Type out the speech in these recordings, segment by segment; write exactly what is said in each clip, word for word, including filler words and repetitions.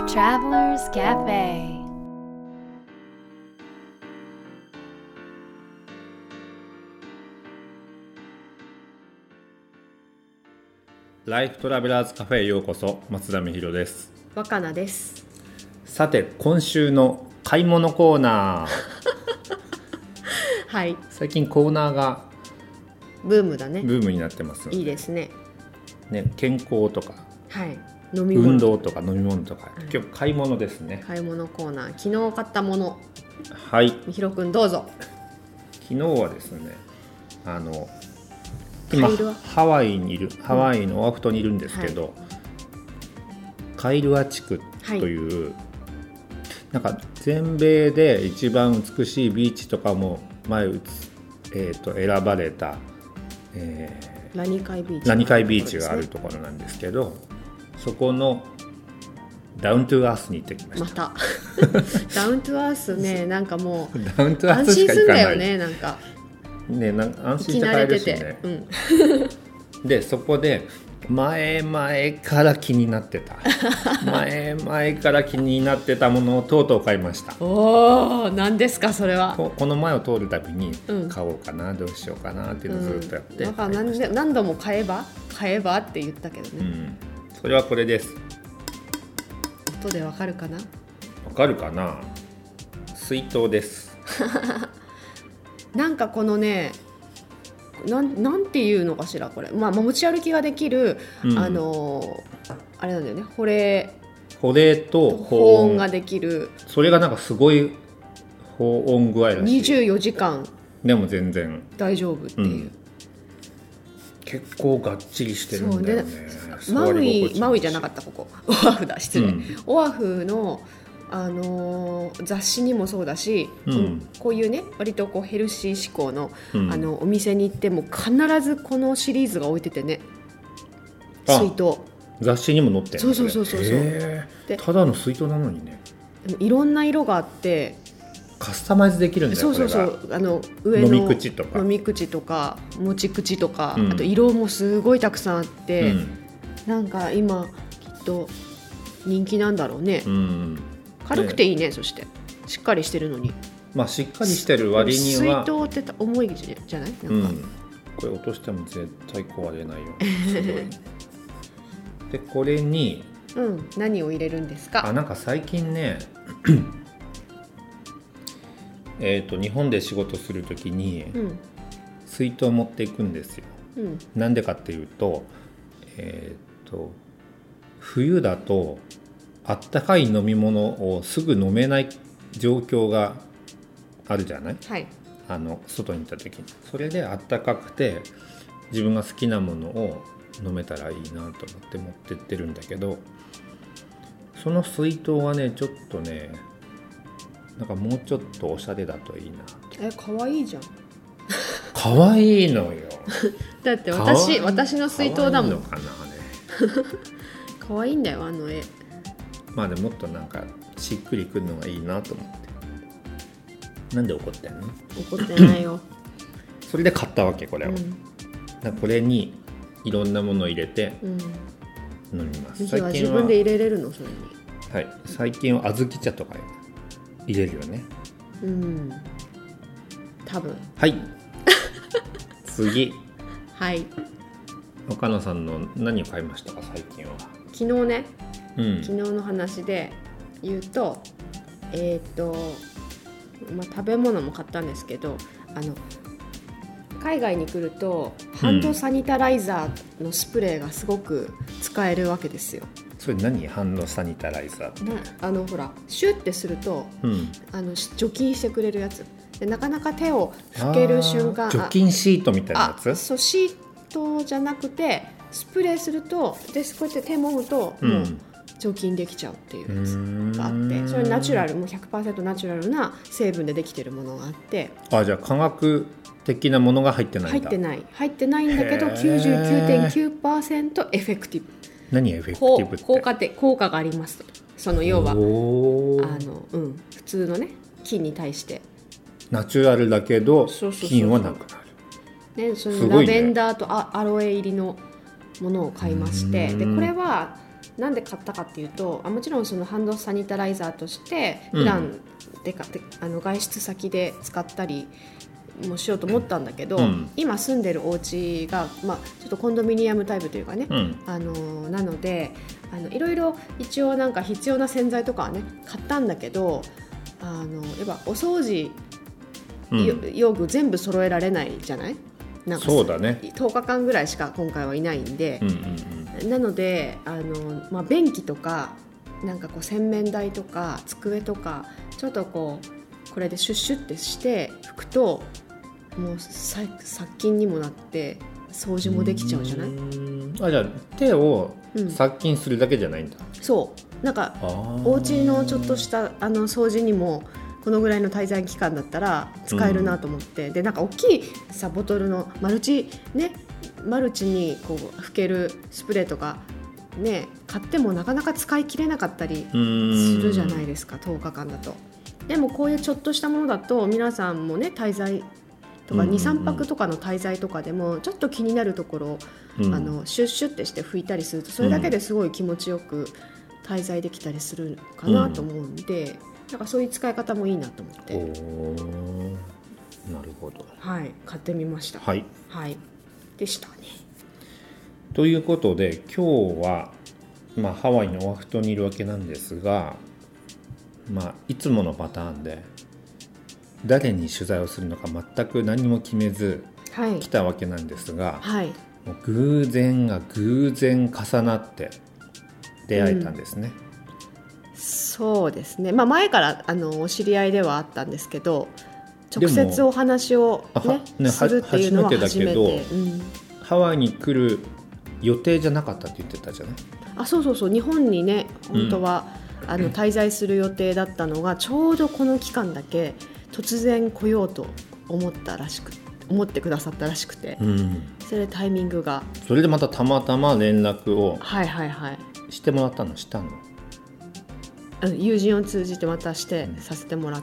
Travelers Cafe。 ライフトラベラーズカフェへようこそ。松田美弘です。 若菜です。 さて今週の買い物コーナーはい、 最近コーナーがブームだね。 ブームになってますのでいいですね。 ね、健康とか、 はい、飲み物、 運動とか飲み物とか、 うん、 今日買い物ですね。 買い物コーナー、昨日買ったもの。 はい、 みひろくんどうぞ。 昨日はですね、あの今カイルアハワイにいるハワイのオアフ島にいるんですけど、うん、カイルア地区という、はい、なんか全米で一番美しいビーチとかも前、えー、と選ばれた、えー、 ラニカイビーチラニカイビーチがあるところなんですけど、そこのダウントゥアースに行ってきました。 またダウントゥアースね、なんかもうダウントゥアースしか行かない。 安心すんだよね、なんかね、なんか安心して買えるしね、 うん、 でそこで前々から気になってた前々から気になってたものをとうとう買いました。 おー、何ですかそれは。 この前を通るたびに買おうかな、うん、どうしようかなっていうのをずっとやって、 うん、なんか 何, で何度も買えば買えばって言ったけどね、うん、 それはこれです。 音でわかるかな。 わかるかな。水筒ですなんかこのね、な ん, なんていうのかしらこれ、まあ、持ち歩きができる、うん、あのあれなんだよね、保冷保冷と保温ができる。 それがなんかすごい保温具合らしい。 にじゅうよじかんでも全然大丈夫っていう、うん、 結構がっちりしてるんだよね。 マウイ、マウイじゃなかった、ここオアフだ、失礼、うん、オアフのあのー、雑誌にもそうだし、うん、こういうね割とこうヘルシー志向 の,、うん、あのお店に行っても必ずこのシリーズが置いててね、水筒雑誌にも載ってる。 そうそうそうそうそう。 でただの水筒なのにね、 でもいろんな色があってカスタマイズできるんだよ。 そうそうそう、あの上の飲み口とか飲み口とか持ち口とか、うん、あと色もすごいたくさんあって、うん、なんか今きっと人気なんだろうね、うん、軽くていいね。そしてしっかりしてるのに、 まあ、しっかりしてる割には水筒って重いじゃない。なんか、うん、 これ落としても絶対壊れないよすごいでこれに、 うん、何を入れるんですか。 あ、なんか最近ねえと日本で仕事するときに、うん、水筒を持っていくんですよ、うん、なんでかっていうと、えー、と冬だとあったかい飲み物をすぐ飲めない状況があるじゃない、はい、あの外に行った時に。それであったかくて自分が好きなものを飲めたらいいなと思って持ってってるんだけど、その水筒はねちょっとねなんかもうちょっとおしゃれだといいな。 え、かわいいじゃん。 かわいいのよだって私私の水筒だもん。 かわいいのかな、 あれかわいいんだよ、あの絵。 まあでももっとなんかしっくりくるのがいいなと思って。なんで怒ってんの。 怒ってないよそれで買ったわけこれを、うん、だこれにいろんなものを入れて飲みます、うん、 最近は自分で入れれるのそれに。 はい、最近は小豆茶とか入れるよね。 うん、多分。 はい次。 はい、 岡野さんの何を買いましたか最近は。 昨日ね、うん、昨日の話で言うとえっ、ー、と、まあ、食べ物も買ったんですけど、あの海外に来るとハンドサニタライザーのスプレーがすごく使えるわけですよ、 うん、それ何ハンドサニタライザーって。 なあのほらシュッてすると、うん、あの除菌してくれるやつで、なかなか手を拭ける瞬間、 除菌シートみたいなやつ。 あ、そう、シートじゃなくてスプレーするとでこうやって手もむともう除菌できちゃうっていうやつがあって、うん、それナチュラル、もう ひゃくパーセント ナチュラルな成分でできてるものがあって。 あ、じゃあ化学的なものが入ってないんだ。 入ってない入ってないんだけど きゅうじゅうきゅうてんきゅうパーセント エフェクティブ。 何エフェクティブって。 効果的、効果がありますと。その要はあの、うん、普通のね菌に対してナチュラルだけど菌はなくなる。 ね、そのラベンダーとアロエ入りのものを買いまして、でこれはなんで買ったかっていうと、あもちろんそのハンドサニタライザーとして普段でか、うん、あの外出先で使ったりもしようと思ったんだけど、うん、今住んでるお家が、まあ、ちょっとコンドミニアムタイプというかね、うん、あのなのであのいろいろ一応なんか必要な洗剤とかはね買ったんだけど、あのやっぱお掃除、うん、用具全部揃えられないじゃない。なんかそうだね、 とおかかんぐらいしか今回はいないんで、うんうんうん、なのであの、まあ、便器とかなんかこう洗面台とか机とかちょっとこうこれでシュッシュッてして拭くともう殺菌にもなって掃除もできちゃうじゃない。 あ、じゃあ手を殺菌するだけじゃないんだ、 うん、そうなんかお家のちょっとしたあの掃除にもこのぐらいの滞在期間だったら使えるなと思って、うん、でなんか大きいさボトルのマルチねマルチにこう拭けるスプレーとかね買ってもなかなか使い切れなかったりするじゃないですか、とおかかんだと。でもこういうちょっとしたものだと皆さんもね滞在とか にさんぱくとかの滞在とかでもちょっと気になるところを、うん、あのシュッシュッてして拭いたりするとそれだけですごい気持ちよく滞在できたりするかなと思うんで、うんなんかそういう使い方もいいなと思って。 おなるほど、 はい、買ってみました。 はい、 はい、でしたね。 ということで今日は、まあ、ハワイのオアフ島にいるわけなんですが、まあ、いつものパターンで誰に取材をするのか全く何も決めず来たわけなんですが、はい、もう偶然が偶然重なって出会えたんですね、うんそうですね、まあ、前からあのお知り合いではあったんですけど直接お話を、ねね、するっていうのは初めてだけど、うん、 ハワイに来る予定じゃなかったって言ってたじゃない。 あそうそうそう日本にね本当は、うん、あの滞在する予定だったのがちょうどこの期間だけ突然来ようと思ったらしく思ってくださったらしくて、うん、それでタイミングがそれでまたたまたま連絡をはいはいはいしてもらったのしたの友人を通じてまたしてさせてもらって、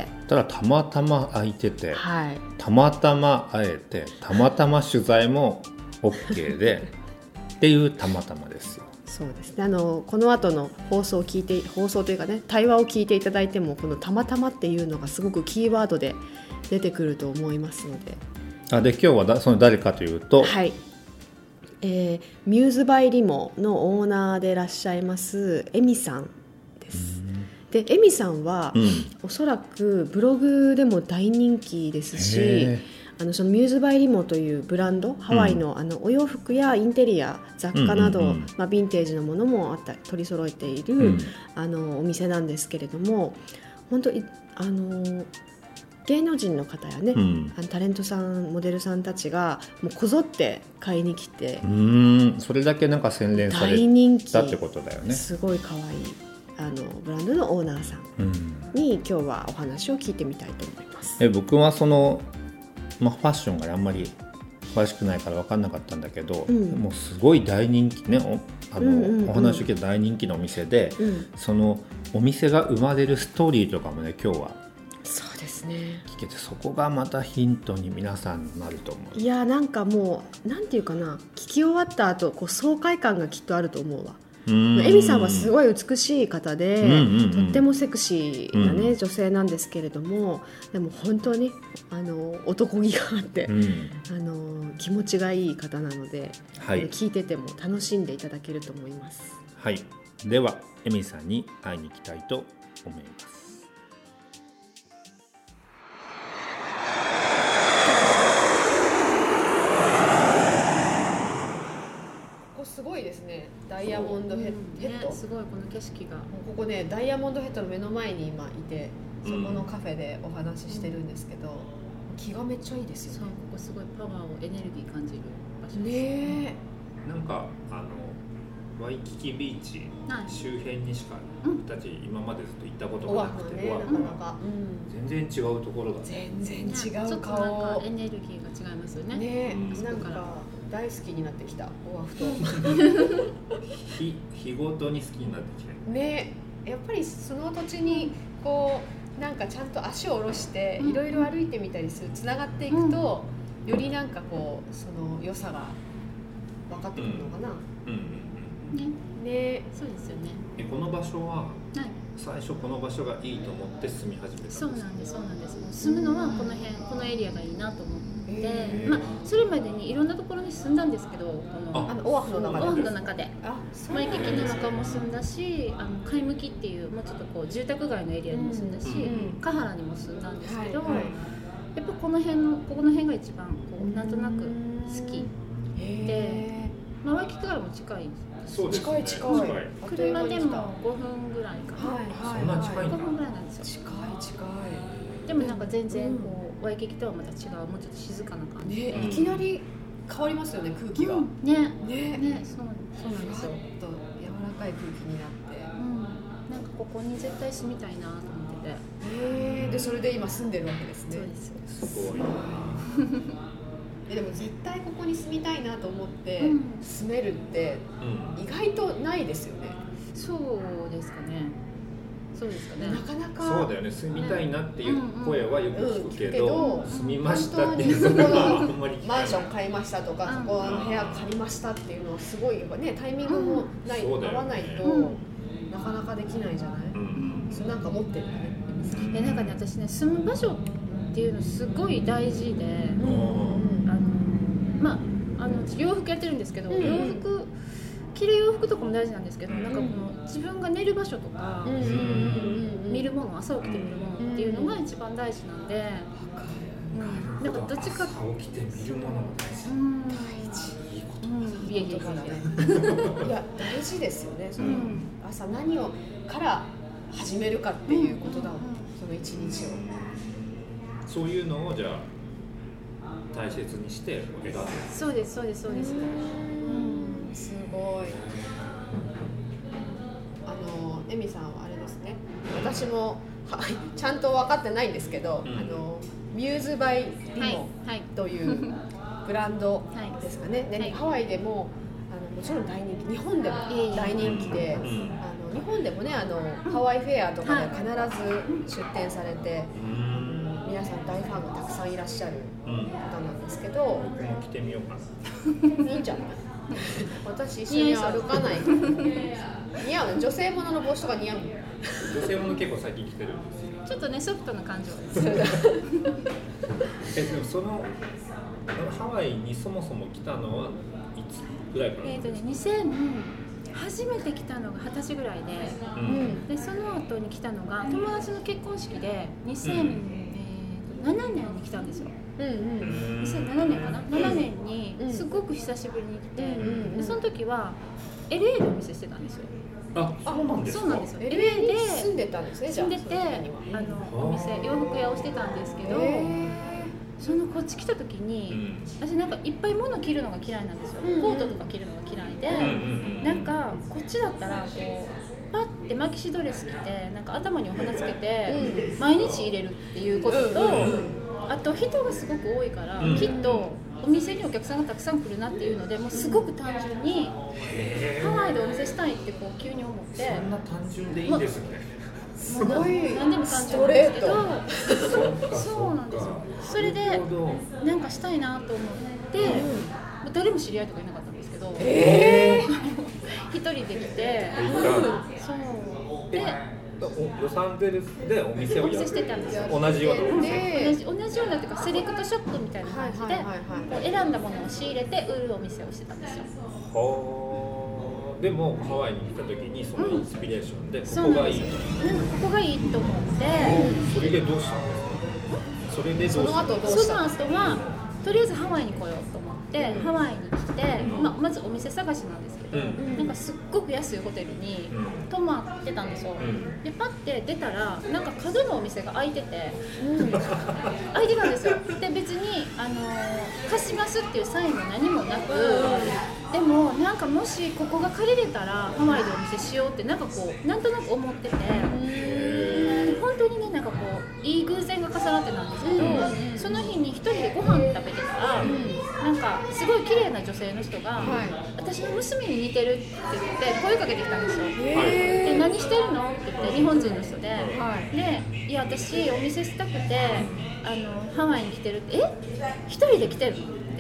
うん、ただたまたま空いてて、 はい、 たまたま会えてたまたま取材も OK でっていうたまたまですよ。 そうですね、あのこの後の放送を聞いて放送というかね対話を聞いていただいてもこのたまたまっていうのがすごくキーワードで出てくると思いますので。 あで今日はだその誰かというと、 はいえー、ミューズバイリモのオーナーでいらっしゃいますエミさんです。でエミさんは、うん、おそらくブログでも大人気ですしあのそのミューズバイリモというブランドハワイ の,、うん、あのお洋服やインテリア雑貨など、うんうんうんまあ、ヴィンテージのものもあった取り揃えている、うん、あのお店なんですけれども本当あの芸能人の方やね、うん、あのタレントさんモデルさんたちがもうこぞって買いに来てうーんそれだけなんか洗練されたってことだよね。 すごい可愛いあのブランドのオーナーさんに今日はお話を聞いてみたいと思います。 え僕はその、まあ、ファッションがあんまり詳しくないから分かんなかったんだけど、うん、もうすごい大人気ね お, あの、うんうんうん、お話を聞いた大人気のお店で、うん、そのお店が生まれるストーリーとかもね今日はそうですね聞けてそこがまたヒントに皆さんなると思う。 いやなんかもうなんていうかな聞き終わった後こう爽快感がきっとあると思うわ。エミさんはすごい美しい方で、うんうんうん、とってもセクシーな、ねうん、女性なんですけれどもでも本当にあの男気があって、うん、あの気持ちがいい方なので、はい、聞いてても楽しんでいただけると思います。 はい、ではエミさんに会いに行きたいと思います。 すごいですねダイヤモンドヘッ、うん、ヘッド、 ね、すごいこの景色がここねダイヤモンドヘッドの目の前に今いてそこのカフェでお話ししてるんですけど、うん、気がめっちゃいいですよね。 そうここすごいパワーをエネルギー感じる場所ですね。 なんかあのワイキキビーチ周辺にしか僕たち今までずっと行ったことがなくて、 ね、なかなか、 うん、全然違うところが全然違う顔、ちょっとなんかエネルギーが違いますよね。 ね、うん、なんか大好きになってきたオアフ島日, 日ごとに好きになってきたね。やっぱりその土地にこうなんかちゃんと足を下ろしていろいろ歩いてみたりするつながっていくと、うん、よりなんかこうその良さが分かってくるのかな、 うんうんうんうんね、 ね、 そうですよね。 えこの場所は、 はい、 最初この場所がいいと思って住み始めたんですか？ そうなんですそうなんです。もう住むのはこの辺このエリアがいいなと思って、 えー、 まあそれまでにいろんなところに住んだんですけど、このあのオアフの中でオアフの中でワイキキの中中も住んだし、あの貝むきっていうもうちょっとこう住宅街のエリアにも住んだし、うん、カハラにも住んだんですけど、はいはい、やっぱこの辺のここの辺が一番こうなんとなく好きで、まあ、ワイキキからも近いんです。 そうですね、 近い近い、 車でもごふんぐらいかな、 はいはい、 そんな近いんだ。 ごふんぐらいなんですよ。 近い近い。 でもなんか全然こう、うん、ワイキキとはまた違う、もうちょっと静かな感じで、 ね、いきなり変わりますよね、空気が、うん、 ねねね、そう、そうなんですよ。 ちょっと柔らかい空気になって、 うん、なんかここに絶対住みたいなと思ってて、 へー、でそれで今住んでるわけですね。 そうです。 すごいなでも絶対ここに住みたいなと思って住めるって意外とないですよね、 うん、そうですかね。そうですかね。 なかなかそうだよね、住みたいなっていう声はよく聞くけど、 うんうんうん、 住みましたっていうのはあんまり聞かない。 マンション買いましたとか、うん、そこの部屋借りましたっていうのはすごいね、タイミングもない、うん、合わないと、うん、なかなかできないじゃない、うん、それなんか持ってるよね。 えなんかね、私ね、住む場所っていうのすごい大事で、うん、あのまああの洋服やってるんですけど、うん、洋服着る洋服とかも大事なんですけど、うん、なんかこの自分が寝る場所とか、うん、見るもの、朝起きて見るものっていうのが一番大事なんで、うん、なんかどっちか朝起きて見るものが大事、 うん、 大事、 いいこといやいやいやいや大事ですよね。その、うん、朝何をから始めるかっていうことだもん、うん、その一日を。 そういうのをじゃあ大切にして選ぶ。 そうですそうですそうです。 うん、すごい。あのエミさんはあれですね。私もちゃんと分かってないんですけど、うん、あのミューズバイリモというブランドですかね。はい、で、ハワイでもあのもちろん大人気、日本でも大人気で、うん、あの日本でもね、あのハワイフェアとかで必ず出店されて。うん、皆さん大ファンがたくさんいらっしゃる方なんですけど、 僕も着てみようかな。 いいんじゃない？私一緒に歩かないと似合うの？女性ものの帽子とか似合うの？ 女性もの結構最近着てるんですよ。 ちょっとねソフトな感じはですえでもそのハワイにそもそも来たのはいつぐらいかな？ えーとねにせん初めて来たのがはたちぐらいで、うん、でその後に来たのが友達の結婚式でにせんななねんに来たんですよ、うんうん、にせんななねんかな、ななねんにすごく久しぶりに来て、うん、でその時は エルエー でお店してたんですよ。 あ、そうなんですか。 そうなんですよ。 エルエー で住んでたんですね。 住んでて、あのお店洋服屋をしてたんですけど、そのこっち来た時に、うん、私なんかいっぱい物着るのが嫌いなんですよ、うん、コートとか着るのが嫌いで、うん、なんかこっちだったらこうパッてマキシドレス着てなんか頭にお花つけて、うん、毎日入れるっていうことと、うん、あと人がすごく多いから、うん、きっとお店にお客さんがたくさん来るなっていうので、もうすごく単純にハワイでお店したいってこう急に思って。 そんな単純でいいですね。 すごい何でも単純なんですけど、そうなんですよ。それでなんかしたいなと思って、うん、誰も知り合いとかいなかったんですけど、 えー、 一人で来て、そうでロサンゼルスでお店をやしてたんですよ。 同じような同じ同じようなっていうかセレクトショップみたいな感じで、こう選んだものを仕入れて売るお店をしてたんですよ。 でもハワイに来た時にそのインスピレーションでここがいい、 うん、ここがいいと思って、 それでどうしたんですか？それでどうしたんですか？ その後どうしたんですか？ その後はとりあえずハワイに来ようと思って、うん、ハワイに来て、うんま、まずお店探しなんですけど、うん、なんかすっごく安いホテルに泊まってたんですよ、うん、でパッて出たらなんか角のお店が開いてて、うん、開いてたんですよ。で別に、あのー、貸しますっていうサインも何もなく、でもなんかもしここが借りれたらハワイでお店しようってなんかこうなんとなく思ってて、本当にねなんかこういい偶然が重なってなんですけど、うん、その日に一人でご飯食べてたら、うん、なんかすごい綺麗な女性の人が、はい、私の娘に似てるって言って声かけてきたんですよ。で何してるのって言って日本人の人で、はい、でいや私お店したくてあのハワイに来てるってえ一人で来てるのって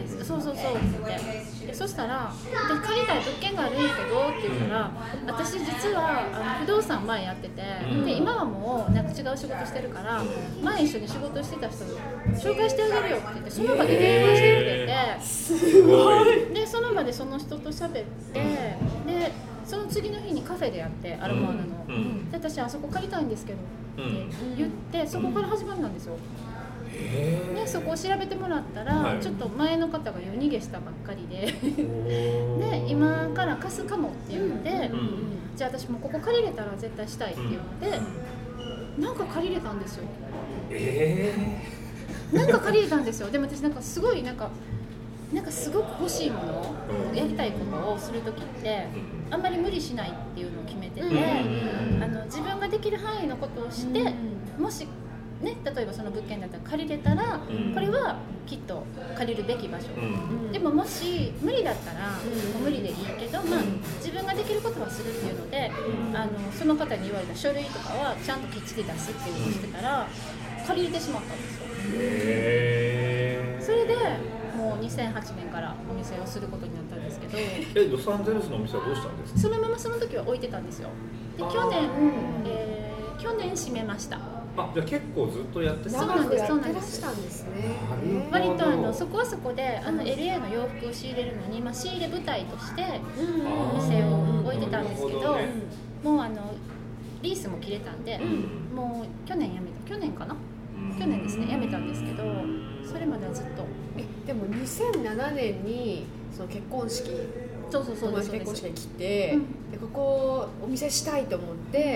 です。そうそうそうって言ってでそしたらで借りたい物件があるんやけどって言ったら、うん、私実はあの不動産前やってて、うん、で今はもうなんか違う仕事してるから前一緒に仕事してた人紹介してあげるよって言ってその場で電話してくれて、すごいでその場でその人と喋ってでその次の日にカフェでやってアロマーナの、うん、で私あそこ借りたいんですけどって言ってそこから始まりなんですよ。でそこを調べてもらったら、はい、ちょっと前の方が夜逃げしたばっかりでで今から貸すかもっていうので、うん、じゃあ私もここ借りれたら絶対したいって言って、うん、なんか借りれたんですよ。えー、なんか借りれたんですよ。でも私なんかすごいなんかなんかすごく欲しいものをやりたいことをするときってあんまり無理しないっていうのを決めてて、うん、あの自分ができる範囲のことをして、うん、もしね、例えばその物件だったら借りれたら、うん、これはきっと借りるべき場所、うん、でももし無理だったら、うん、無理でいいけど、まあ、自分ができることはするっていうので、うん、あのその方に言われた書類とかはちゃんときっちり出すっていうのをしてたら借りれてしまったんですよ。へー。それでもうにせんはちねんからお店をすることになったんですけどえロサンゼルスのお店はどうしたんですか？ そのままその時は置いてたんですよ。で去年、えー、去年閉めました。 あ、じゃあ結構ずっとやってた。そうなんです、そうなんです。 割とあのそこはそこであの エルエー の洋服を仕入れるのに、まあ、仕入れ部隊として店を置いてたんですけど、もうあのリースも切れたんで、うん、もう去年辞めた、去年かな、去年ですね辞めたんですけど、それまではずっと。 えでもにせんななねんにその結婚式、 そうそうそう結婚式に来て、うん、でここお店したいと思って、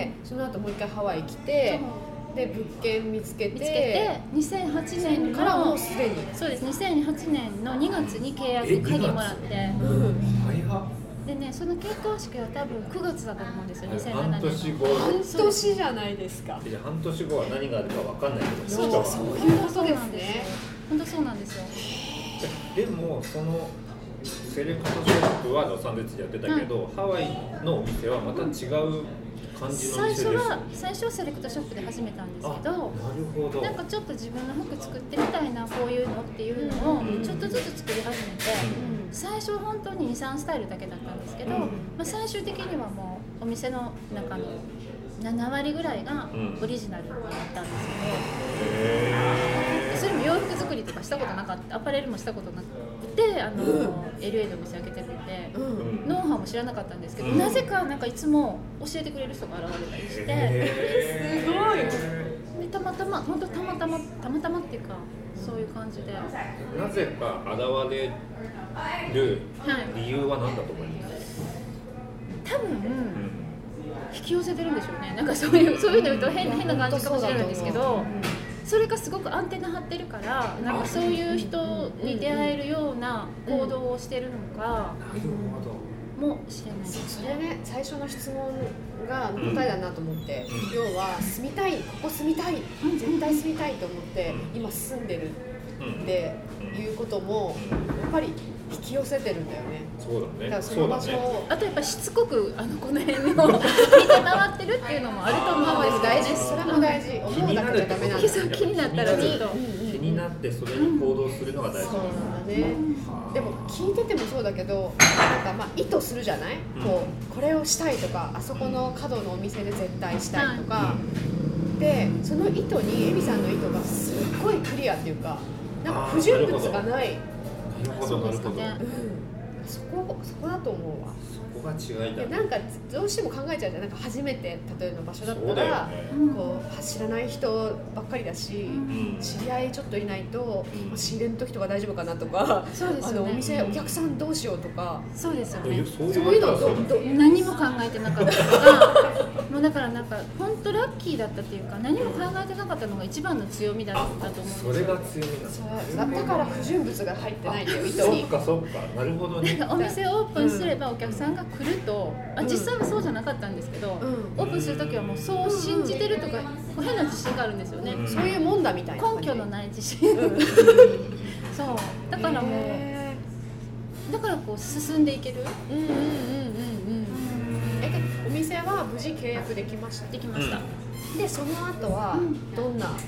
その後もう一回ハワイ来て。で物件見つけて見つけてにせんはちねんからもうすでにそうですにせんはちねんのにがつに契約鍵もらって、うん、でねその結婚式は多分くがつだと思うんですよ。にせんななねん半年後半年じゃないですか。 いや半年後は何があるか分かんないけどそうそうそういうことですね。 本当そうなんですよ。 でもそのセレクトショップはロサンゼルスでやってたけど、うん、ハワイのお店はまた違う最初は最初はセレクトショップで始めたんですけど、 なるほど、 なんかちょっと自分の服作ってみたいなこういうのっていうのをちょっとずつ作り始めて、うん、最初本当ににさんスタイルだけだったんですけど、うん、まあ、最終的にはもうお店の中のななわりぐらいがオリジナルになったんですけど、うん、それも洋服作りとかしたことなかった、アパレルもしたことなくて、あの、うん、エルエー でお店開けてるんで、うん、ノウハウも知らなかったんですけど、うん、なぜかなんかいつも教えてくれる人が現れたりして、 すごいでたまたま本当たまたまたまたまっていうかそういう感じで、 なぜか現れる理由は何だと思います？ 多分、うん、引き寄せてるんでしょうね。なんかそういうそういうの言うと変変な感じかもしれないんですけど、それがすごくアンテナ張ってるから、なんかそういう人に出会えるような行動をしてるのかもしれないです。 それね、最初の質問が答えだなと思って、うん、要は住みたい、ここ住みたい、絶対住みたいと思って今住んでるっていうこともやっぱり引き寄せてるんだよね。 そうだね。 だからその場所を、 ね、あとやっぱしつこくあのこの辺を見て回ってるっていうのもあると思うんです。 大事、それも大事。思うだけじゃダメなんだ。 気になったらちょっと気になってそれに行動するのが大事。 そうなんだね。でも聞いててもそうだけど、なんかまあ意図するじゃない？こうこれをしたいとか、あそこの角のお店で絶対したいとか。でその意図にエミさんの意図がすっごいクリアっていうか、なんか不純物がない。 なるほどなるほど。 うん、そこそこだと思うわ。 そこが違いだ。 なんかどうしても考えちゃうじゃん。なんか初めて例えば場所だったら、ね、こう知らない人ばっかりだし、うん、知り合いちょっといないと、うん、仕入れの時とか大丈夫かなとか、 そうですよね、 あのお店お客さんどうしようとか、 そうですよね。 そういうのどど何も考えてなかったからもうだからなんか本当ラッキーだったっていうか、何も考えてなかったのが一番の強みだったと思うんですよ。 それが強みなんだ。 だから不純物が入ってないっていう意図に。 そっかそっか、なるほどね。 なんかお店をオープンすればお客さんが来ると、うん、あ実際はそうじゃなかったんですけど、うん、オープンするときはもうそう信じてるとか、うん、変な自信があるんですよね、 うん、そういうもんだみたいな根拠のない自信、うん、そうだからもうだからこう進んでいける。うんうんうんうんうん。 えお店は無事契約できました。 できました、 うん、でその後はどんな、ま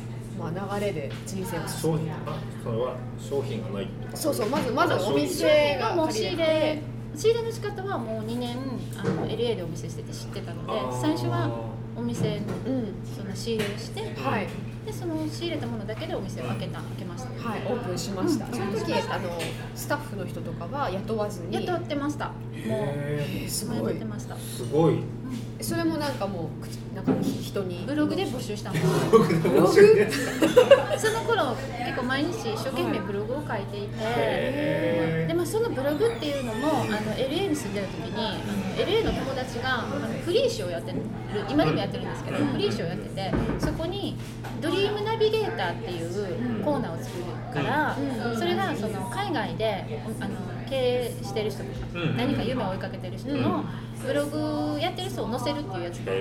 まあ、流れで人生を進んでそれは商品がないとかそうそうまずまずお店がもう仕入れ仕入れの仕方はもうにねんあの エルエー でお店してて知ってたので最初はお店の、うん、その仕入れをして、はい、でその仕入れたものだけでお店を開けた開けました、 はい、オープンしました、うん、その時あのスタッフの人とかは雇わずに雇ってました。もうすごい雇ってました。 すごい、うん、 それもなんかもうなんか人にブログで募集したんですブログその頃結構毎日一生懸命ブログを書いていて、で、まあ、そのブログっていうのもあの エルエー に住んでる時にあの エルエー の友達があのフリー誌をやってる今でもやってるんですけどフリー誌をやっててそこにドリームナビゲーターっていうコーナーを作るから、それがその海外であの経営してる人とか何か夢を追いかけてる人のブログやってる人を載せるっていうやつがあって、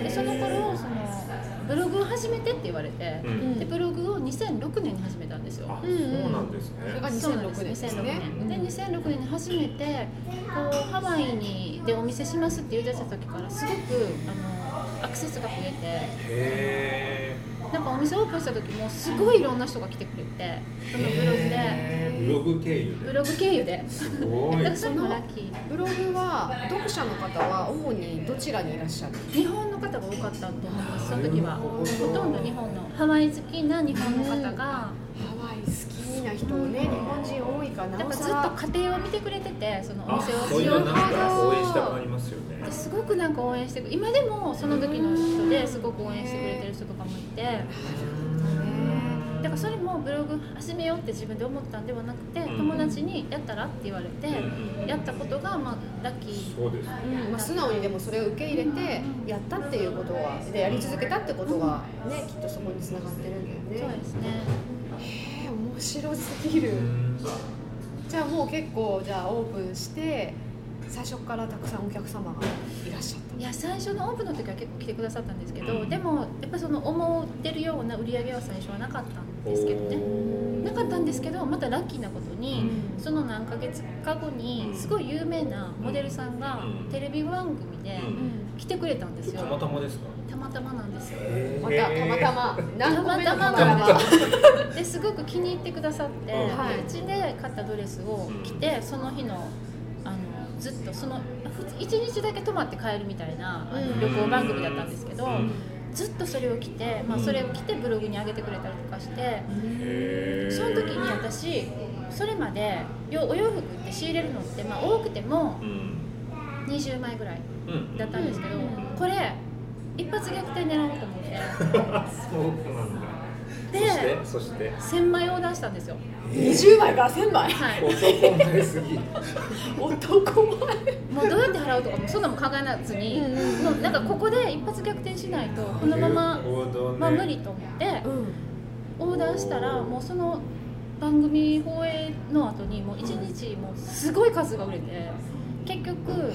でその頃そのブログを始めてって言われて、うん、でブログをにせんろくねんに始めたんですよ。 あ、そうなんですね。 それがにせんろくねんですね。 でにせんろくねんに始めてこうハワイにでお店しますって言い出した時からすごくあのアクセスが増えて、 へーなんかお店オープンした時もすごいいろんな人が来てくれて、そのブログでブログ経由でブログ経由ですごい。 だからそれもラッキー。 ブログは読者の方は主にどちらにいらっしゃる？ 日本の方が多かったと思います。その時はほとんど日本のハワイ好きな日本の方が、うん、ハワイ好きな人ね、日本人多いからなおさらずっと家庭を見てくれてて、そのお店をそういうのなんか応援したくなりますよね。 すごくなんか応援してく今でもその時の人ですごく応援してくれてる人とかもいて、だからそれもブログ始めようって自分で思ったんではなくて、うん、友達にやったらって言われて、うん、やったことがまあラッキー。 そうです、 うんまあ、素直にでもそれを受け入れてやったっていうことはでやり続けたってことはね、きっとそこに繋がってるんだよね。 そうですね。 へえ、面白すぎる。じゃあもう結構じゃあオープンして最初からたくさんお客様がいらっしゃった。 いや最初のオープンの時は結構来てくださったんですけど、うん、でもやっぱりその思ってるような売り上げは最初はなかったんですけどねなかったんですけどまたラッキーなことに、うん、その何ヶ月か後にすごい有名なモデルさんがテレビ番組で来てくれたんですよ。 たまたまですか？ たまたまなんですよ。 またたまたま何個目のたまたまですごく気に入ってくださって、はい、うちで買ったドレスを着てその日のあのずっとそのいちにちだけ泊まって帰るみたいなあの旅行番組だったんですけど、うん、ずっとそれを着て、まあ、それを着てブログに上げてくれたりとかして、うん、その時に私それまでお洋服って仕入れるのって、まあ、多くてもにじゅうまいぐらいだったんですけど、これ一発逆転狙おうと思ってそうなんだ。 でそしてせんまいオーダーしたんですよ。 にじゅうまいからせんまい、 はい、 男前すぎ男前もうどうやって払うとかもそんなも考えなずに、うん、もうなんかここで一発逆転しないとこのまま、ねまあ、無理と思って、うん、オーダーしたらもうその番組放映の後にもういちにちもうすごい数が売れて結局、はい、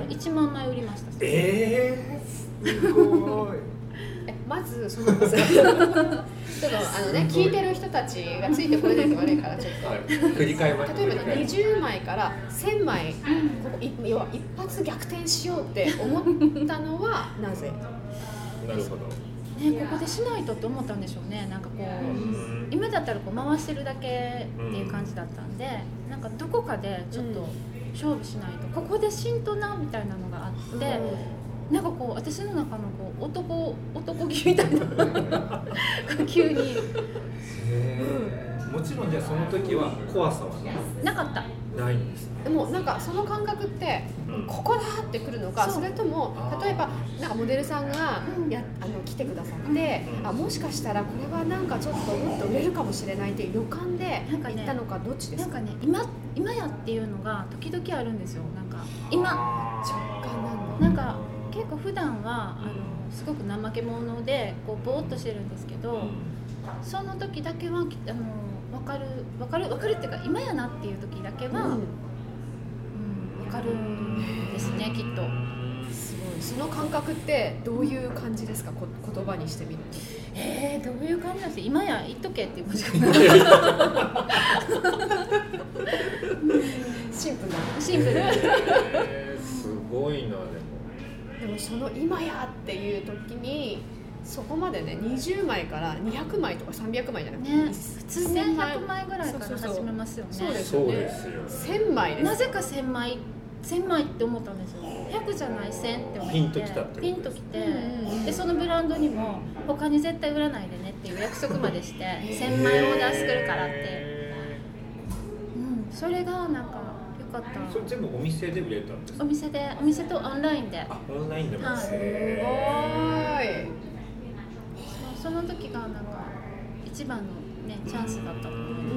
いちまんまい売りました。 えー、すごいえまずそのちょっとあのね聞いてる人たちがついてこれないと悪いからちょっと、はい、 振り返り例えば、ね、にじゅうまいからせんまい、ここ要は一発逆転しようって思ったのはなぜ？ なるほど。 ね、ここでしないとって思ったんでしょうね。なんかこう今だったらこう回してるだけっていう感じだったんで、なんかどこかでちょっと勝負しないとここでしんとなみたいなのがあって、なんかこう私の中のこう男男気みたいな急にへー、もちろんじゃあその時は怖さはなかったないんですね。 でもなんかその感覚ってここだってくるのか、それとも例えばなんかモデルさんがやあの来てくださって、あもしかしたらこれはなんかちょっともっと売れるかもしれないっていう予感で行ったのかどっちですか？ なんかね今今やっていうのが時々あるんですよ。なんか今直感なんだ。 なんか結構普段はあのすごく怠け者でこうぼーっとしてるんですけど、その時だけはあの分かる分かる分かるっていうか今やなっていう時だけは、うんうん、分かるんですねきっと。 すごい。その感覚ってどういう感じですか？こ言葉にしてみると。 えー、どういう感じなんですか？今や言っとけっていう感じかな。 シンプルなシンプル、 えー、すごいな。でもでもその今やっていう時にそこまでねにじゅうまいからにひゃくまいとかさんびゃくまいじゃなくて、 ね、普通ねひゃくまいぐらいから始めますよね。 そうですよね。せんまいです。 なぜかせんまいせんまいって思ったんですよ。ひゃくじゃないせんって思ってピンときたってピンときて、でそのブランドにも他に絶対売らないでねっていう約束までしてせんまいオーダー作るからって、うん、それがなんか良かった。 それ全部お店で売れたんですか？ お店で、お店とオンラインで。 あ、オンラインでも、 はい、 すごい。 その時がなんか一番のねチャンスだったと思います。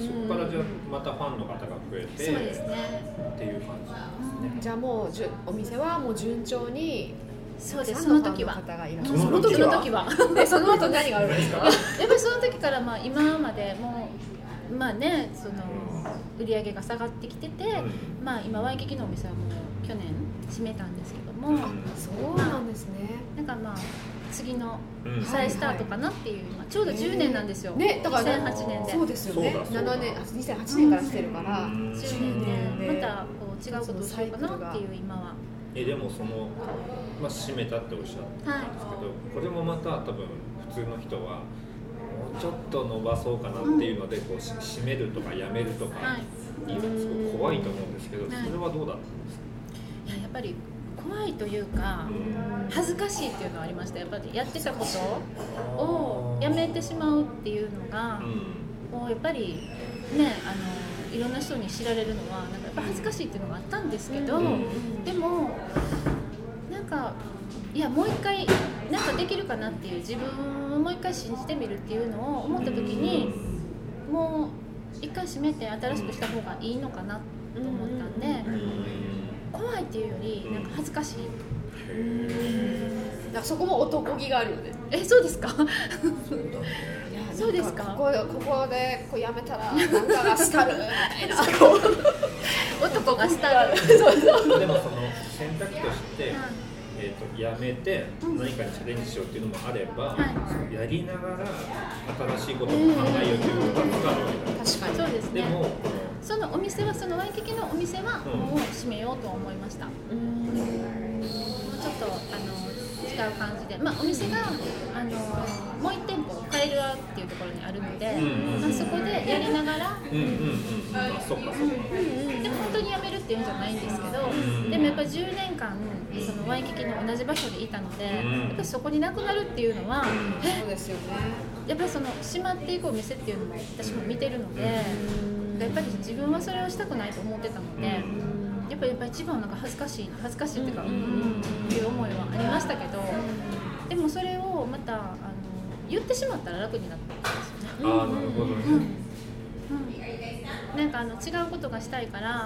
そこからじゃあまたファンの方が増えて、 そうですね。 っていう感じなんですね。 じゃあもうじゅお店はもう順調に。 そうです。その時は。 その時は。 その時は。でその後何があるんですか？やっぱりその時からまあ今までもうまあねその売り上げが下がってきてて、うん、まあ今ワイキキのお店はもう去年閉めたんですけども。 そうなんですね。 なんかまあ。次の再スタートかなっていう、まあ、ちょうどじゅうねんなんですよ、 ね、だからにせんはちねんで。 そうですよね。ななねん、にせんはちねんからしてるから、 じゅうねんでまたこう違うことをしようかなっていう今は。 えでもその、まあ、閉めたっておっしゃったんですけど、はい、これもまた多分普通の人はもうちょっと伸ばそうかなっていうのでこう閉めるとかやめるとかっていうのがすごく怖いと思うんですけど、それはどうだったんですか？ いややっぱり怖いというか恥ずかしいっていうのはありました。やっぱりやってたことをやめてしまうっていうのが、もうやっぱりねあのいろんな人に知られるのはなんかやっぱ恥ずかしいっていうのがあったんですけど、でもなんかいやもう一回なんかできるかなっていう自分をもう一回信じてみるっていうのを思った時にもう一回閉めて新しくした方がいいのかなと思ったんで。怖いっていうよりなんか恥ずかしい。 うんなんかそこも男気があるよね。 え、そうですか？そうそうですか。ここここでこうやめたらなんかがスタルみたいな。 男がスタル。 そうそう。でもその選択肢として、えー、とやめて何かにチャレンジしようっていうのもあれば、はい、やりながら新しいことを考えようというのがあるわけだ。 確かにそうですね。 でもそのお店はそのワイキキのお店はもう閉めようと思いました。うん、もうちょっとあの違う感じで、まあお店があのもう一店舗カエルアっていうところにあるので、まあそこでやりながら、 うんうんうん、あそっかそっか。 でも本当にやめるっていうんじゃないんですけど、でもやっぱりじゅうねんかんそのワイキキの同じ場所でいたので、やっぱりそこになくなるっていうのは、 そうですよね。 やっぱりその閉まっていくお店っていうのも私も見てるので。やっぱり自分はそれをしたくないと思ってたので、やっぱりやっぱ一番なんか恥ずかしい恥ずかしいっていうか、うん、っていう思いはありましたけど、でもそれをまたあの言ってしまったら楽になったんですよね。 ああ、なるほどね。 うんうん、なんかあの違うことがしたいからあ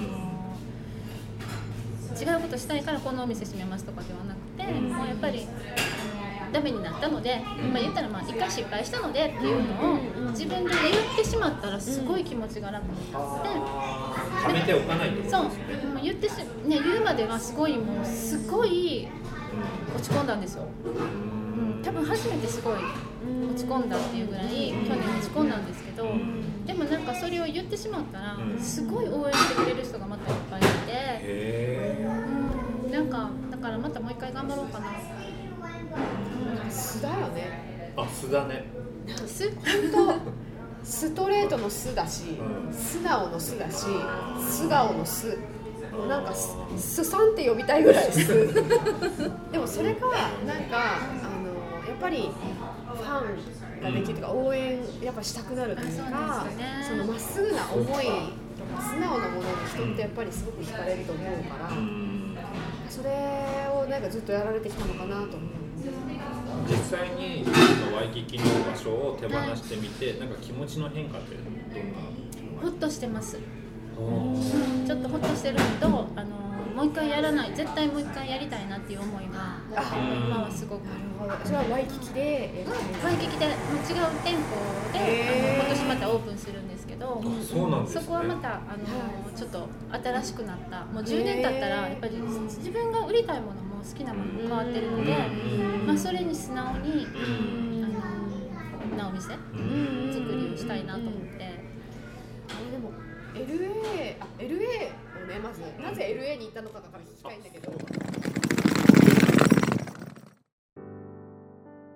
の違うことしたいからこのお店閉めますとかではなくて、もうやっぱりダメになったので、まあ、言ったらまあ一回失敗したのでっていうのを自分で言ってしまったらすごい気持ちが楽になって、 ためておかないと。 そう、言ってし、ね、言うまではすごいもうすごい落ち込んだんですよ。うん、多分初めてすごい落ち込んだっていうぐらい去年落ち込んだんですけど、でもなんかそれを言ってしまったらすごい応援してくれる人がまたいっぱいいて、うん、なんかだからまたもう一回頑張ろうかな。 素だよね。 あ、素だね。 素？ 本当ストレートの素だし、うん、素直の素だし、素顔の素。なんかすさんって呼びたいぐらい素。でもそれがなんかあのやっぱりファンができるとか応援やっぱしたくなるというか、そのまっすぐな思いとか素直なものに人ってやっぱりすごく惹かれると思うから、それをなんかずっとやられてきたのかなと思う。 実際にワイキキの場所を手放してみて、なんか気持ちの変化ってどんな？ ほっとしてます。ちょっとほっとしてるのと、あのもう一回やらない、絶対もう一回やりたいなっていう思いが今はすごく。 それはワイキキでワイキキで違う店舗で、あの今年またオープンするんですけど、 そうなんですね、 そこはまたあのちょっと新しくなった、もうじゅうねん経ったらやっぱり自分が売りたいものも好きなものも変わってるので、まあ、それに素直にあのなお店作りをしたいなと思って。でも エルエー、あ エルエー をね、まずなぜ エルエー に行ったのかから聞きたいんだけど。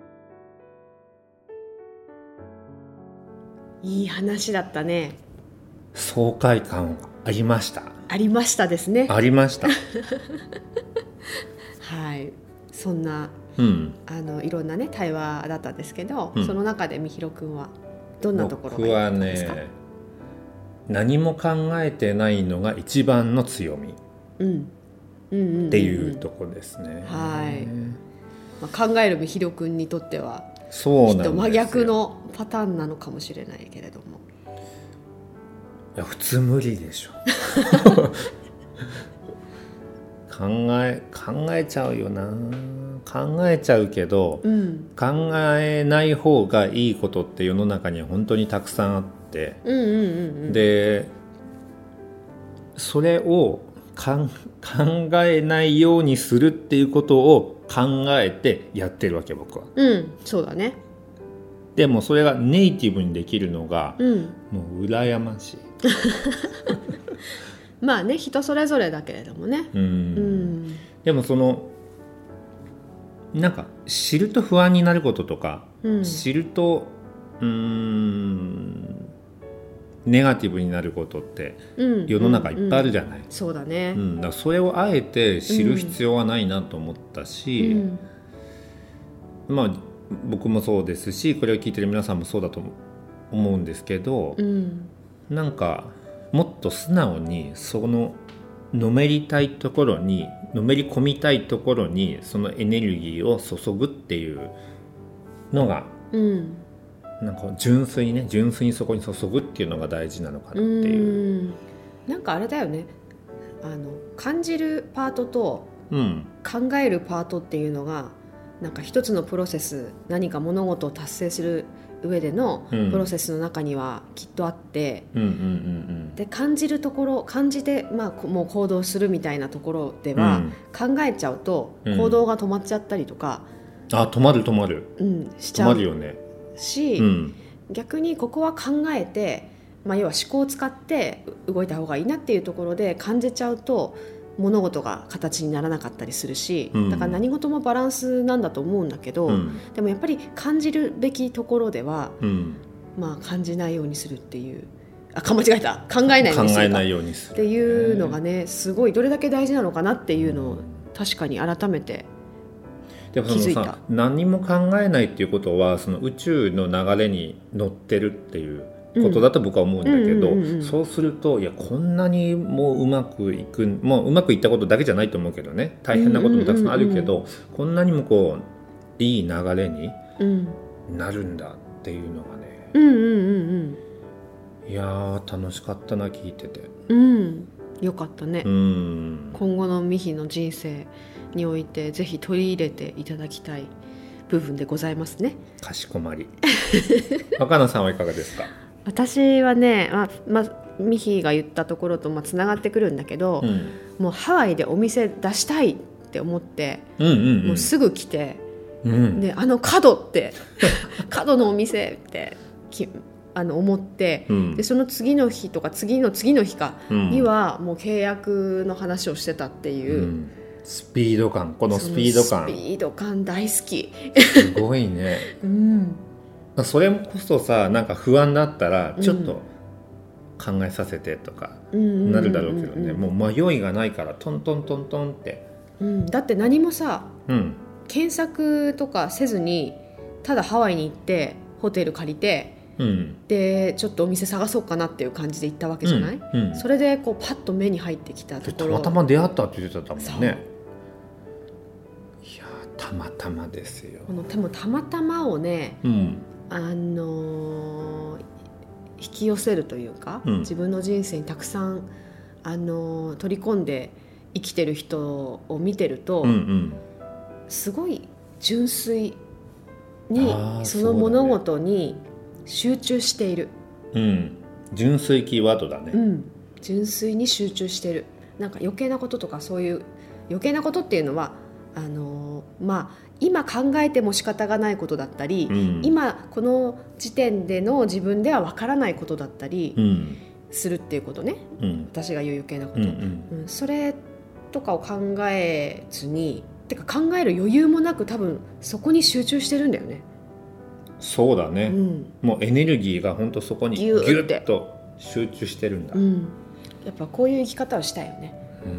いい話だったね。 爽快感ありました。 ありましたですね。 ありましたはい、そんな、うん、あのいろんなね対話だったんですけど、うん、その中でみひろくんはどんなところが良かったですか？ 僕はね、何も考えてないのが一番の強み、うんうんうんうん、っていうところですね。 はい、まあ、考えるみひろくんにとってはそうなんですよ、 きっと真逆のパターンなのかもしれないけれども、 いや普通無理でしょ考え考えちゃうよな。考えちゃうけど、うん、考えない方がいいことって世の中には本当にたくさんあって、うんうんうんうん、でそれを考えないようにするっていうことを考えてやってるわけ僕は。 うん、そうだね。 でもそれがネイティブにできるのが、うん、もう羨ましいまあね、人それぞれだけれどもね。うん、うん、 でもそのなんか知ると不安になることとか、うん、知るとうーんネガティブになることって世の中いっぱいあるじゃない、うんうんうん、 そうだね、 うん、だからそれをあえて知る必要はないなと思ったし、うん、まあ僕もそうですしこれを聞いてる皆さんもそうだと思うんですけど、うん、なんかもっと素直にそののめりたいところにのめり込みたいところにそのエネルギーを注ぐっていうのが、うん、なんか純粋にね純粋にそこに注ぐっていうのが大事なのかなっていう。 うんなんかあれだよね、あの感じるパートと考えるパートっていうのが、うん、なんか一つのプロセス、何か物事を達成する上でのプロセスの中にはきっとあって、うんうんうんうん、で感じるところ感じて、まあ、もう行動するみたいなところでは、うん、考えちゃうと行動が止まっちゃったりとか、 うん、あ止まる止まる、 うん、しちゃう止まるよねし、うん、逆にここは考えて、まあ、要は思考を使って動いた方がいいなっていうところで感じちゃうと物事が形にならなかったりするし、うん、だから何事もバランスなんだと思うんだけど、うん、でもやっぱり感じるべきところでは、うん、まあ感じないようにするっていうあ間違えた考えないようにする考えないようにするっていうのがねすごいどれだけ大事なのかなっていうのを確かに改めて気づいた。 でもそのさ何も考えないっていうことはその宇宙の流れに乗ってるっていうことだと僕は思うんだけど、うんうんうんうん、そうするといやこんなにもううまくいくもううまくいったことだけじゃないと思うけどね大変なこともたくさんあるけど、うんうんうんうん、こんなにもこういい流れになるんだっていうのがね、うんうんうんうん、いや楽しかったな聞いてて、 うん、よかったね、うん、今後のミヒの人生においてぜひ取り入れていただきたい部分でございますね。 かしこまり若菜さんはいかがですか？ 私はね、まあまあ、ミヒが言ったところとつながってくるんだけど、うん、もうハワイでお店出したいって思って、うんうんうん、もうすぐ来て、うん、であの角って角のお店ってきあの思って、うん、でその次の日とか次の次の日かにはもう契約の話をしてたっていう、うん、 スピード感このスピード感スピード感大好きすごいね、うんそれこそさなんか不安だったらちょっと考えさせてとかなるだろうけどね、もう迷いがないからトントントントンって、 うん、だって何もさ、うん、検索とかせずにただハワイに行ってホテル借りて、うん、でちょっとお店探そうかなっていう感じで行ったわけじゃない、うんうん、それでこうパッと目に入ってきたところたまたま出会ったって言ってたもんね。いやたまたまですよ。 このでもたまたまをね、うんあのー、引き寄せるというか、うん、自分の人生にたくさん、あのー、取り込んで生きてる人を見てると、うんうん、すごい純粋にその物事に集中している、 うん、純粋キーワードだね、 うん、純粋に集中している。なんか余計なこととかそういう余計なことっていうのはあのー、まあ今考えても仕方がないことだったり、うん、今この時点での自分では分からないことだったりするっていうことね、うん、私が言う余計なこと、うんうんうん、それとかを考えずにてか考える余裕もなく多分そこに集中してるんだよね。 そうだね、 うん、 もうエネルギーが本当そこにギュッと集中してるんだ、 うん、やっぱこういう生き方をしたいよね。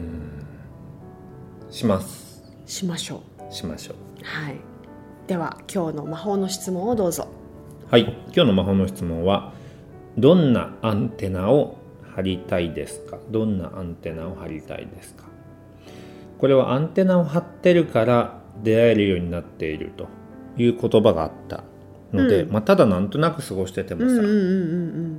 うん、しますしましょうしましょう。 はい、では今日の魔法の質問をどうぞ。 はい、今日の魔法の質問はどんなアンテナを張りたいですか？どんなアンテナを張りたいですか？これはアンテナを張ってるから出会えるようになっているという言葉があったので、うんまあ、ただなんとなく過ごしててもさ、うんうんうんうん、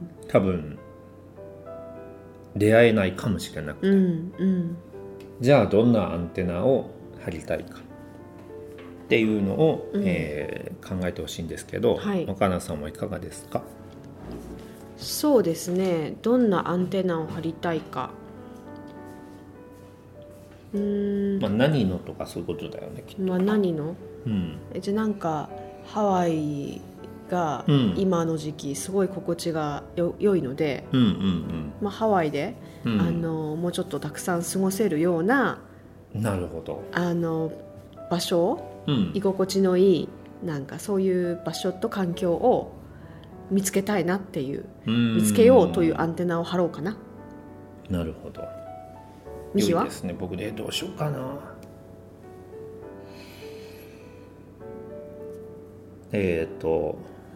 多分出会えないかもしれなくて、うんうん、じゃあどんなアンテナを張りたいかっていうのを、うんえー、考えてほしいんですけど、はい、若菜さんはいかがですか？ そうですね、どんなアンテナを張りたいか、 うーん、まあ、何のとかそういうことだよねきっと。 まあ、何の、うん、じゃあなんかハワイが今の時期すごい心地がよ良いので、うんうんうんまあ、ハワイで、うん、あのもうちょっとたくさん過ごせるような、 なるほど、 あの場所、うん、居心地のいいなんかそういう場所と環境を見つけたいなっていう、見つけようというアンテナを張ろうかな。 なるほど。 ミヒは？ 良いですね。僕ねどうしようかな。えっと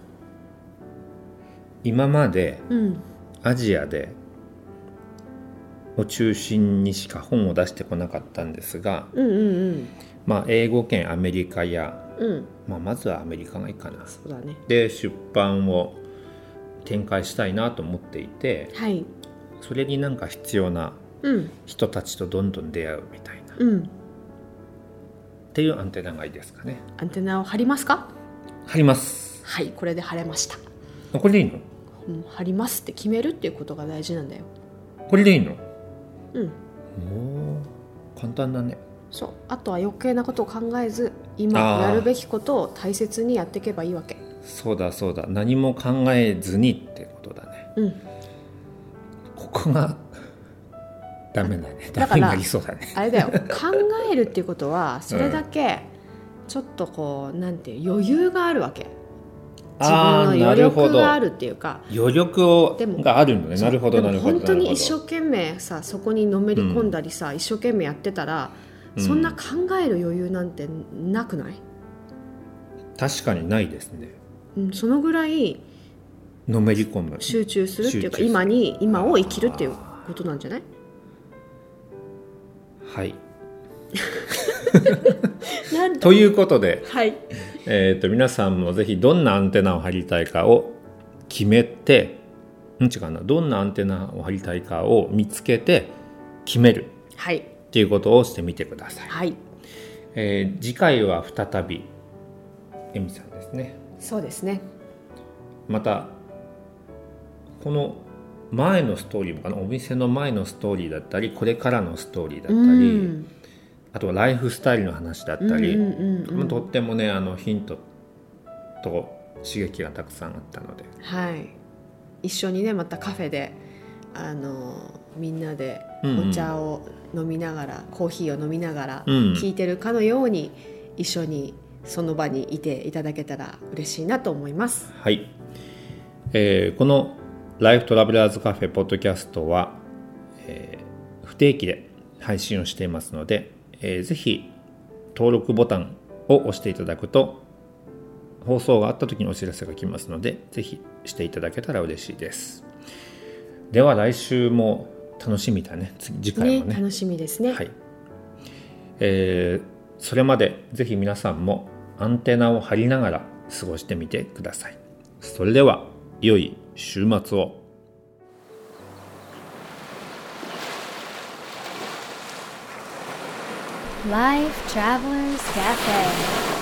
今までアジアでを中心にしか本を出してこなかったんですが、うんうんうんまあ、英語圏アメリカや、うんまあ、まずはアメリカがいいかな。 そうだね。 で出版を展開したいなと思っていて、はい、それになんか必要な人たちとどんどん出会うみたいな、うん、っていうアンテナがいいですかね。 アンテナを張りますか？ 張ります。 はい、これで張れました。 これでいいの？ うん、張りますって決めるっていうことが大事なんだよ。 これでいいの？ うん。 もう簡単だね。 そう、あとは余計なことを考えず今やるべきことを大切にやっていけばいいわけ。 そうだそうだ、何も考えずにってことだね。うん。ここがダメだね。ダメになりそうだね。 あれだよ、考えるっていうことはそれだけちょっとこう、うん、なんていう余裕があるわけ。自分の余力があるっていうか、 余力をがあるのね。なるほどなるほど。 本当に一生懸命さそこにのめり込んだりさ、うん、一生懸命やってたら、うん、そんな考える余裕なんてなくない？ 確かにないですね。 うん、そのぐらいのめり込む、 集中するっていうか、今に今を生きるっていうことなんじゃない？ はいということで、はいえー、と皆さんもぜひどんなアンテナを張りたいかを決めて、ん違うな、どんなアンテナを張りたいかを見つけて決める、はい、っていうことをしてみてください。はいえー、次回は再びエミさんですね。 そうですね。 またこの前のストーリーもかな、お店の前のストーリーだったりこれからのストーリーだったり、うん、あとはライフスタイルの話だったり、うんうんうん、とってもねあのヒントと刺激がたくさんあったので、 はい、一緒にねまたカフェであのみんなでお茶を飲みながら、うんうん、コーヒーを飲みながら聞いてるかのように、うん、一緒にその場にいていただけたら嬉しいなと思います。 はい、えー、このライフトラベラーズカフェポッドキャストは、えー、不定期で配信をしていますので、えー、ぜひ登録ボタンを押していただくと放送があった時にお知らせが来ますので、ぜひしていただけたら嬉しいです。では来週も楽しみだね。次回も ね, ね楽しみですね。 はいえー、それまでぜひ皆さんもアンテナを張りながら過ごしてみてください。それでは良い週末を。 Life Travelers Cafe